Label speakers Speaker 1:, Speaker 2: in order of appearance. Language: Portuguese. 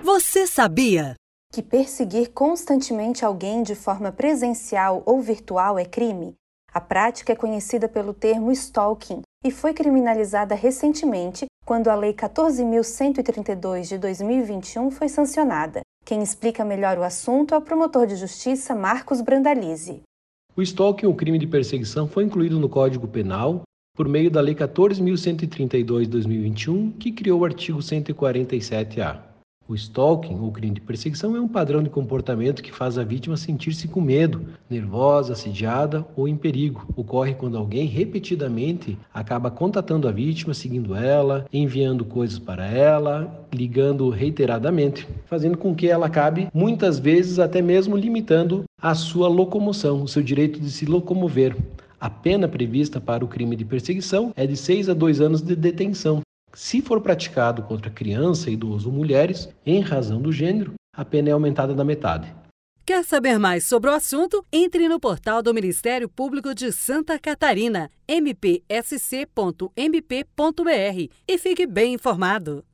Speaker 1: Você sabia
Speaker 2: que perseguir constantemente alguém de forma presencial ou virtual é crime? A prática é conhecida pelo termo stalking e foi criminalizada recentemente quando a Lei 14.132 de 2021 foi sancionada. Quem explica melhor o assunto é o promotor de justiça Marcos Brandalize.
Speaker 3: O stalking, o crime de perseguição, foi incluído no Código Penal por meio da Lei 14.132 de 2021, que criou o artigo 147-A. O stalking, ou crime de perseguição, é um padrão de comportamento que faz a vítima sentir-se com medo, nervosa, assediada ou em perigo. Ocorre quando alguém repetidamente acaba contatando a vítima, seguindo ela, enviando coisas para ela, ligando reiteradamente, fazendo com que ela acabe, muitas vezes, até mesmo limitando a sua locomoção, o seu direito de se locomover. A pena prevista para o crime de perseguição é de 6 a 2 anos de detenção. Se for praticado contra criança, idoso ou mulheres, em razão do gênero, a pena é aumentada da metade.
Speaker 1: Quer saber mais sobre o assunto? Entre no portal do Ministério Público de Santa Catarina, mpsc.mp.br, e fique bem informado.